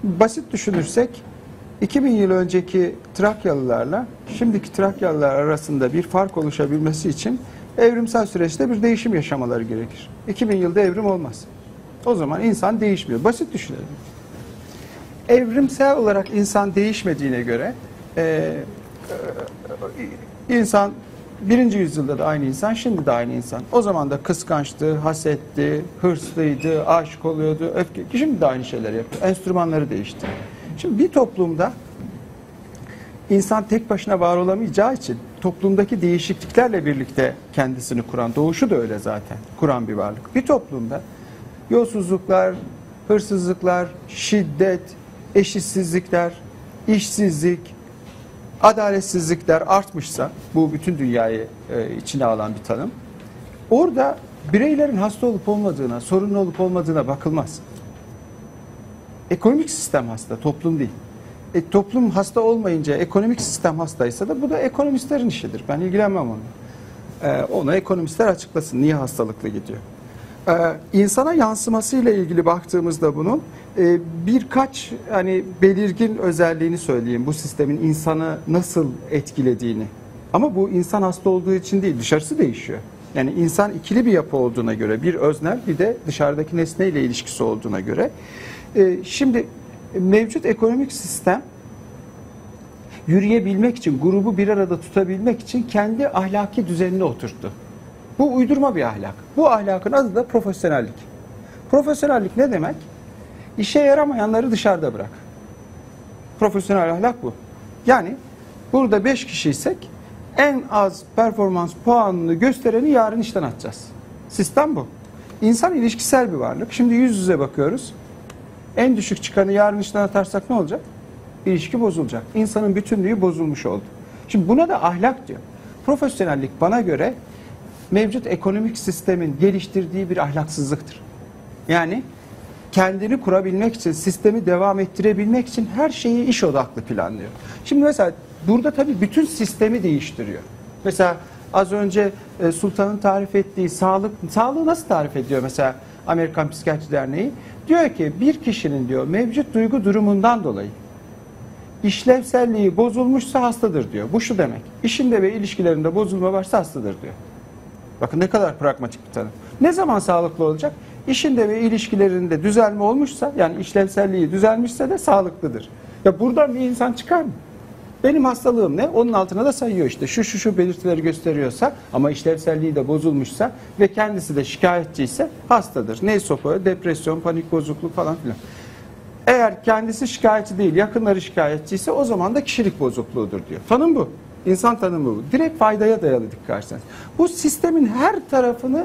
Basit düşünürsek 2000 yıl önceki Trakyalılarla şimdiki Trakyalılar arasında bir fark oluşabilmesi için evrimsel süreçte bir değişim yaşamaları gerekir. 2000 yılda evrim olmaz. O zaman insan değişmiyor. Basit düşünelim. Evrimsel olarak insan değişmediğine göre insan 1. yüzyılda da aynı insan, şimdi de aynı insan. O zaman da kıskançtı, hasetti, hırslıydı, aşık oluyordu, öfke. Şimdi de aynı şeyler yapıyor. Enstrümanları değişti. Şimdi bir toplumda insan tek başına var olamayacağı için toplumdaki değişikliklerle birlikte kendisini kuran, doğuşu da öyle zaten, kuran bir varlık. Bir toplumda yolsuzluklar, hırsızlıklar, şiddet, eşitsizlikler, işsizlik, adaletsizlikler artmışsa, bu bütün dünyayı içine alan bir tanım, orada bireylerin hasta olup olmadığına, sorunlu olup olmadığına bakılmaz. Ekonomik sistem hasta, toplum değil. Toplum hasta olmayınca ekonomik sistem hastaysa da bu da ekonomistlerin işidir. Ben ilgilenmem onunla. Onu ekonomistler açıklasın niye hastalıklı gidiyor. İnsana yansımasıyla ilgili baktığımızda bunun birkaç hani belirgin özelliğini söyleyeyim. Bu sistemin insanı nasıl etkilediğini. Ama bu insan hasta olduğu için değil, dışarısı değişiyor. Yani insan ikili bir yapı olduğuna göre, bir öznel bir de dışarıdaki nesneyle ilişkisi olduğuna göre. Şimdi mevcut ekonomik sistem yürüyebilmek için, grubu bir arada tutabilmek için kendi ahlaki düzenini oturttu. Bu uydurma bir ahlak. Bu ahlakın adı da profesyonellik. Profesyonellik ne demek? İşe yaramayanları dışarıda bırak. Profesyonel ahlak bu. Yani burada 5 kişiysek en az performans puanını göstereni yarın işten atacağız. Sistem bu. İnsan ilişkisel bir varlık. Şimdi yüz yüze bakıyoruz. En düşük çıkanı yarın işten atarsak ne olacak? İlişki bozulacak. İnsanın bütünlüğü bozulmuş oldu. Şimdi buna da ahlak diyor. Profesyonellik bana göre mevcut ekonomik sistemin geliştirdiği bir ahlaksızlıktır. Yani kendini kurabilmek için, sistemi devam ettirebilmek için her şeyi iş odaklı planlıyor. Şimdi mesela burada tabii bütün sistemi değiştiriyor. Mesela az önce Sultan'ın tarif ettiği sağlığı nasıl tarif ediyor mesela Amerikan Psikiyatri Derneği? Diyor ki bir kişinin diyor mevcut duygu durumundan dolayı işlevselliği bozulmuşsa hastadır diyor. Bu şu demek. İşinde ve ilişkilerinde bozulma varsa hastadır diyor. Bakın ne kadar pragmatik bir tanım. Ne zaman sağlıklı olacak? İşinde ve ilişkilerinde düzelme olmuşsa, yani işlevselliği düzelmişse de sağlıklıdır. Ya buradan bir insan çıkar mı? Benim hastalığım ne? Onun altına da sayıyor işte. Şu belirtileri gösteriyorsa ama işlevselliği de bozulmuşsa ve kendisi de şikayetçiyse hastadır. Neyse o, depresyon, panik bozukluk falan filan. Eğer kendisi şikayetçi değil, yakınları şikayetçiyse o zaman da kişilik bozukluğudur diyor. Tanım bu. İnsan tanımı bu. Direkt faydaya dayalı dikkat ederseniz. Bu sistemin her tarafını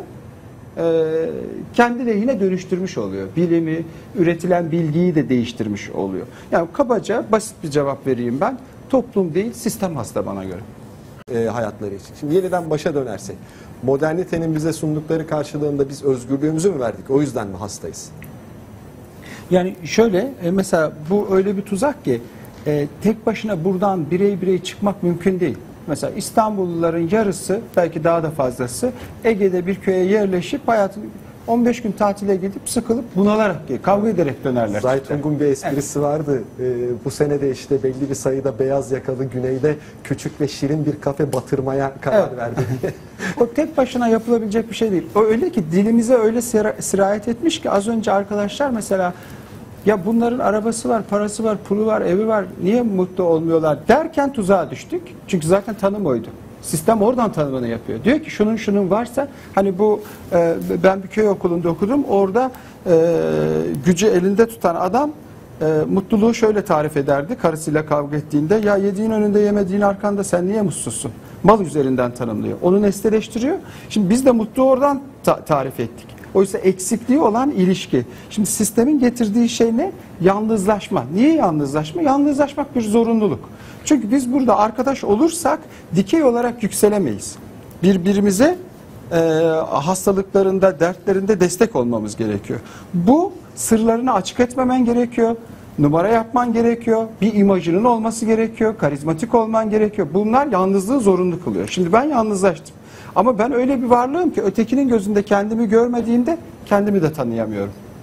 kendi lehine dönüştürmüş oluyor. Bilimi, üretilen bilgiyi de değiştirmiş oluyor. Yani kabaca basit bir cevap vereyim ben. Toplum değil, sistem hasta bana göre. Hayatları için. Şimdi yeniden başa dönersek, modernitenin bize sundukları karşılığında biz özgürlüğümüzü mü verdik? O yüzden mi hastayız? Yani şöyle, mesela bu öyle bir tuzak ki tek başına buradan birey çıkmak mümkün değil. Mesela İstanbulluların yarısı, belki daha da fazlası Ege'de bir köye yerleşip hayatını 15 gün tatile gidip sıkılıp bunalarak, kavga ederek dönerler. Zaytung'un bir esprisi vardı. Bu sene de işte belli bir sayıda beyaz yakalı güneyde küçük ve şirin bir kafe batırmaya karar verdi diye. O tek başına yapılabilecek bir şey değil. O öyle ki dilimize öyle sirayet etmiş ki az önce arkadaşlar mesela ya bunların arabası var, parası var, pulu var, evi var, niye mutlu olmuyorlar derken tuzağa düştük. Çünkü zaten tanım oydu. Sistem oradan tanımını yapıyor. Diyor ki şunun varsa hani bu ben bir köy okulunda okudum. Orada gücü elinde tutan adam mutluluğu şöyle tarif ederdi karısıyla kavga ettiğinde. Ya yediğin önünde yemediğin arkanda sen niye mutsuzsun? Mal üzerinden tanımlıyor. Onu nesneleştiriyor. Şimdi biz de mutlu oradan tarif ettik. Oysa eksikliği olan ilişki. Şimdi sistemin getirdiği şey ne? Yalnızlaşma. Niye yalnızlaşma? Yalnızlaşmak bir zorunluluk. Çünkü biz burada arkadaş olursak dikey olarak yükselemeyiz. Birbirimize hastalıklarında, dertlerinde destek olmamız gerekiyor. Bu sırlarını açık etmemen gerekiyor. Numara yapman gerekiyor. Bir imajının olması gerekiyor. Karizmatik olman gerekiyor. Bunlar yalnızlığı zorunlu kılıyor. Şimdi ben yalnızlaştım. Ama ben öyle bir varlığım ki ötekinin gözünde kendimi görmediğimde kendimi de tanıyamıyorum.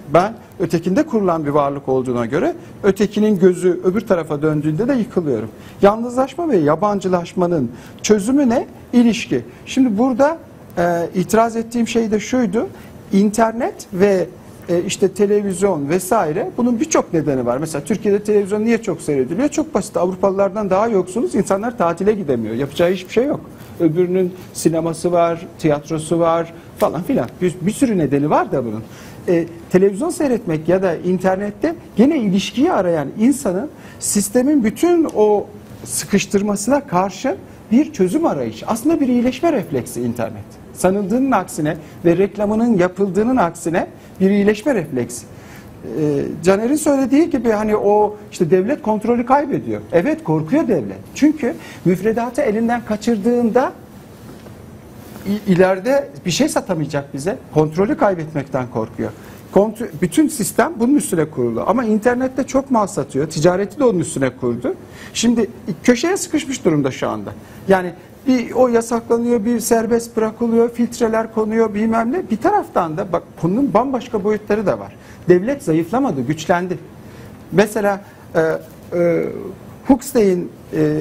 Ben ötekinde kurulan bir varlık olduğuna göre ötekinin gözü öbür tarafa döndüğünde de yıkılıyorum. Yalnızlaşma ve yabancılaşmanın çözümü ne? İlişki. Şimdi burada itiraz ettiğim şey de şuydu. İnternet ve işte televizyon vesaire, bunun birçok nedeni var. Mesela Türkiye'de televizyon niye çok seyrediliyor? Çok basit. Avrupalılardan daha yoksunuz. İnsanlar tatile gidemiyor. Yapacağı hiçbir şey yok. Öbürünün sineması var, tiyatrosu var falan filan. Bir sürü nedeni var da bunun. Televizyon seyretmek ya da internette gene ilişkiyi arayan insanın sistemin bütün o sıkıştırmasına karşı bir çözüm arayışı. Aslında bir iyileşme refleksi internet. Sanıldığının aksine ve reklamının yapıldığının aksine bir iyileşme refleksi. Caner'in söylediği gibi hani o işte devlet kontrolü kaybediyor. Evet, korkuyor devlet. Çünkü müfredatı elinden kaçırdığında ileride bir şey satamayacak bize. Kontrolü kaybetmekten korkuyor. Bütün sistem bunun üstüne kurulu. Ama internette çok mal satıyor. Ticareti de onun üstüne kurdu. Şimdi köşeye sıkışmış durumda şu anda. Yani bir o yasaklanıyor, bir serbest bırakılıyor, filtreler konuyor, bilmem ne. Bir taraftan da bak, konunun bambaşka boyutları da var. Devlet zayıflamadı, güçlendi. Mesela Huxley'in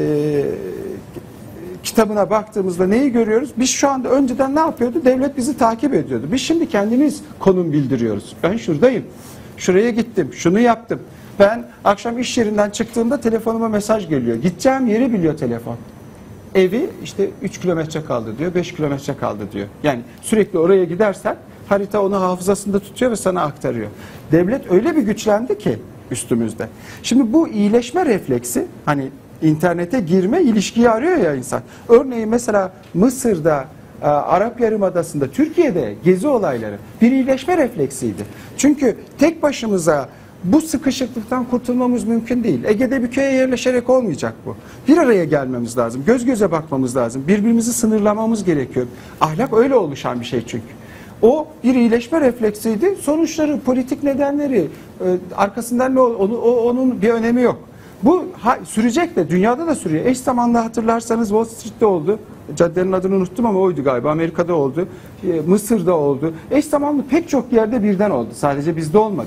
kitabına baktığımızda neyi görüyoruz? Biz şu anda önceden ne yapıyordu? Devlet bizi takip ediyordu. Biz şimdi kendimiz konum bildiriyoruz. Ben şuradayım, şuraya gittim, şunu yaptım. Ben akşam iş yerinden çıktığımda telefonuma mesaj geliyor. Gideceğim yeri biliyor telefon. Evi işte 3 kilometre kaldı diyor, 5 kilometre kaldı diyor. Yani sürekli oraya gidersen harita onu hafızasında tutuyor ve sana aktarıyor. Devlet öyle bir güçlendi ki üstümüzde. Şimdi bu iyileşme refleksi, hani internete girme, ilişkiyi arıyor ya insan. Örneğin mesela Mısır'da, Arap Yarımadası'nda, Türkiye'de gezi olayları bir iyileşme refleksiydi. Çünkü tek başımıza bu sıkışıklıktan kurtulmamız mümkün değil. Ege'de bir köye yerleşerek olmayacak bu. Bir araya gelmemiz lazım. Göz göze bakmamız lazım. Birbirimizi sınırlamamız gerekiyor. Ahlak öyle oluşan bir şey çünkü. O bir iyileşme refleksiydi. Sonuçları, politik nedenleri, arkasından ne onun bir önemi yok. Bu sürecek de, dünyada da sürüyor. Eş zamanlı hatırlarsanız Wall Street'te oldu. Caddenin adını unuttum ama oydu galiba. Amerika'da oldu. Mısır'da oldu. Eş zamanlı pek çok yerde birden oldu. Sadece bizde olmadı.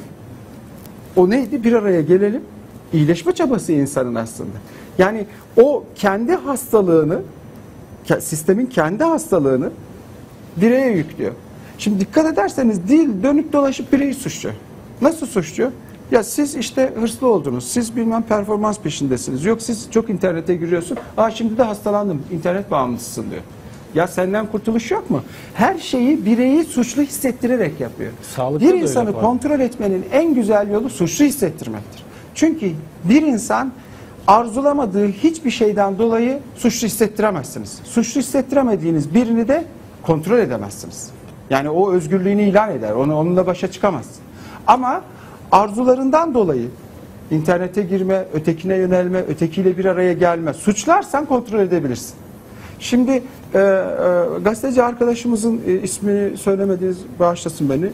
O neydi? Bir araya gelelim. İyileşme çabası insanın aslında. Yani o kendi hastalığını, sistemin kendi hastalığını bireye yüklüyor. Şimdi dikkat ederseniz dil dönüp dolaşıp bireyi suçluyor. Nasıl suçluyor? Ya siz işte hırslı oldunuz, siz bilmem performans peşindesiniz. Yok siz çok internete giriyorsun, şimdi de hastalandım, internet bağımlısısın diyor. Ya senden kurtuluş yok mu? Her şeyi bireyi suçlu hissettirerek yapıyor. Sağlıkta bir insanı kontrol etmenin en güzel yolu suçlu hissettirmektir. Çünkü bir insan arzulamadığı hiçbir şeyden dolayı suçlu hissettiremezsiniz. Suçlu hissettiremediğiniz birini de kontrol edemezsiniz. Yani o özgürlüğünü ilan eder, onunla başa çıkamazsın. Ama arzularından dolayı internete girme, ötekine yönelme, ötekiyle bir araya gelme, suçlarsan kontrol edebilirsin. Şimdi gazeteci arkadaşımızın ismini söylemediğiniz, bağışlasın beni,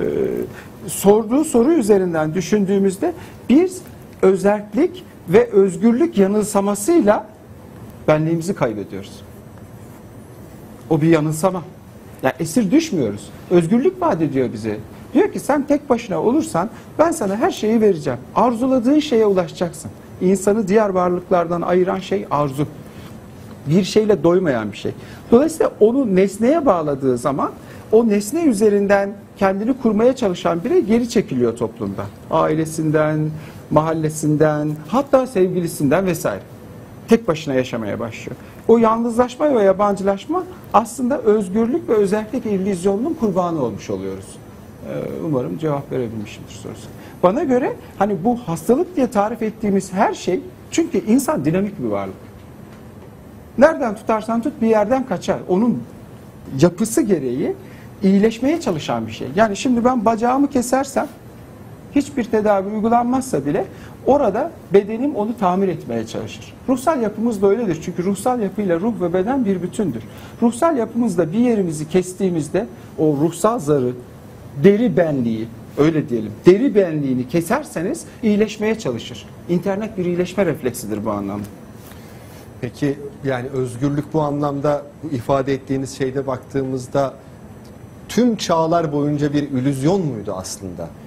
sorduğu soru üzerinden düşündüğümüzde biz özerklik ve özgürlük yanılsamasıyla benliğimizi kaybediyoruz. O bir yanılsama. Yani esir düşmüyoruz. Özgürlük vaat ediyor bize. Diyor ki sen tek başına olursan ben sana her şeyi vereceğim. Arzuladığın şeye ulaşacaksın. İnsanı diğer varlıklardan ayıran şey arzu. Bir şeyle doymayan bir şey. Dolayısıyla onu nesneye bağladığı zaman o nesne üzerinden kendini kurmaya çalışan birey geri çekiliyor toplumda. Ailesinden, mahallesinden, hatta sevgilisinden vesaire. Tek başına yaşamaya başlıyor. O yalnızlaşma ve yabancılaşma aslında özgürlük ve özellik illüzyonunun kurbanı olmuş oluyoruz. Umarım cevap verebilmişimdir sorusu. Bana göre hani bu hastalık diye tarif ettiğimiz her şey, çünkü insan dinamik bir varlık. Nereden tutarsan tut bir yerden kaçar. Onun yapısı gereği iyileşmeye çalışan bir şey. Yani şimdi ben bacağımı kesersem hiçbir tedavi uygulanmazsa bile orada bedenim onu tamir etmeye çalışır. Ruhsal yapımız da öyledir. Çünkü ruhsal yapıyla ruh ve beden bir bütündür. Ruhsal yapımızda bir yerimizi kestiğimizde o ruhsal zarı, deri benliği, öyle diyelim, deri benliğini keserseniz iyileşmeye çalışır. İnternet bir iyileşme refleksidir bu anlamda. Peki yani özgürlük bu anlamda, bu ifade ettiğiniz şeyde baktığımızda tüm çağlar boyunca bir illüzyon muydu aslında?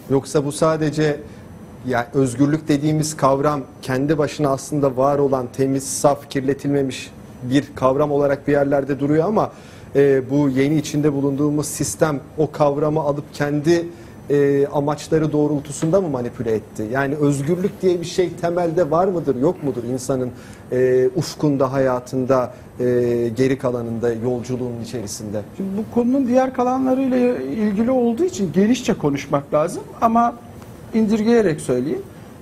Yoksa bu sadece yani özgürlük dediğimiz kavram kendi başına aslında var olan temiz, saf, kirletilmemiş bir kavram olarak bir yerlerde duruyor ama bu yeni içinde bulunduğumuz sistem o kavramı alıp kendi amaçları doğrultusunda mı manipüle etti? Yani özgürlük diye bir şey temelde var mıdır, yok mudur insanın ufkunda, hayatında, geri kalanında, yolculuğun içerisinde? Şimdi bu konunun diğer kalanlarıyla ilgili olduğu için genişçe konuşmak lazım ama indirgeyerek söyleyeyim.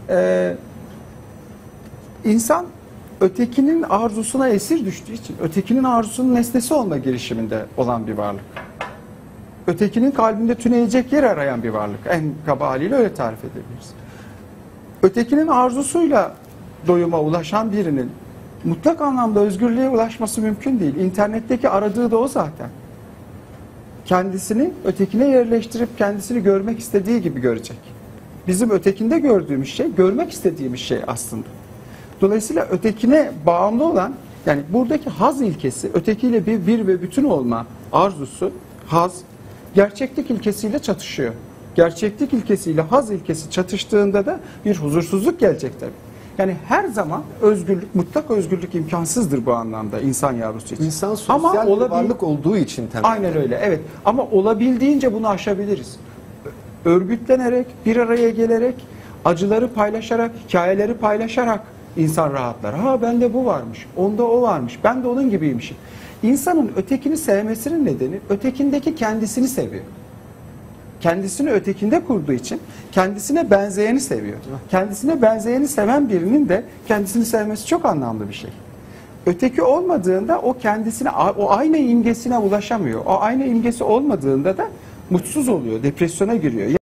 İnsan ötekinin arzusuna esir düştüğü için, ötekinin arzusunun nesnesi olma girişiminde olan bir varlık. Ötekinin kalbinde tüneyecek yer arayan bir varlık. En kaba haliyle öyle tarif edebiliriz. Ötekinin arzusuyla doyuma ulaşan birinin mutlak anlamda özgürlüğe ulaşması mümkün değil. İnternetteki aradığı da o zaten. Kendisini ötekine yerleştirip kendisini görmek istediği gibi görecek. Bizim ötekinde gördüğümüz şey, görmek istediğimiz şey aslında. Dolayısıyla ötekine bağımlı olan, yani buradaki haz ilkesi, ötekiyle bir ve bütün olma arzusu, haz, gerçeklik ilkesiyle çatışıyor. Gerçeklik ilkesiyle haz ilkesi çatıştığında da bir huzursuzluk gelecek tabii. Yani her zaman özgürlük, mutlak özgürlük imkansızdır bu anlamda insan yavrusu için. İnsan sosyal bir varlık olduğu için temelde. Aynen öyle, evet. Ama olabildiğince bunu aşabiliriz. Örgütlenerek, bir araya gelerek, acıları paylaşarak, hikayeleri paylaşarak insan rahatlar. Ha bende bu varmış, onda o varmış, ben de onun gibiymişim. İnsanın ötekini sevmesinin nedeni ötekindeki kendisini seviyor. Kendisini ötekinde kurduğu için kendisine benzeyeni seviyor. Kendisine benzeyeni seven birinin de kendisini sevmesi çok anlamlı bir şey. Öteki olmadığında o kendisine, o aynı imgesine ulaşamıyor. O aynı imgesi olmadığında da mutsuz oluyor, depresyona giriyor.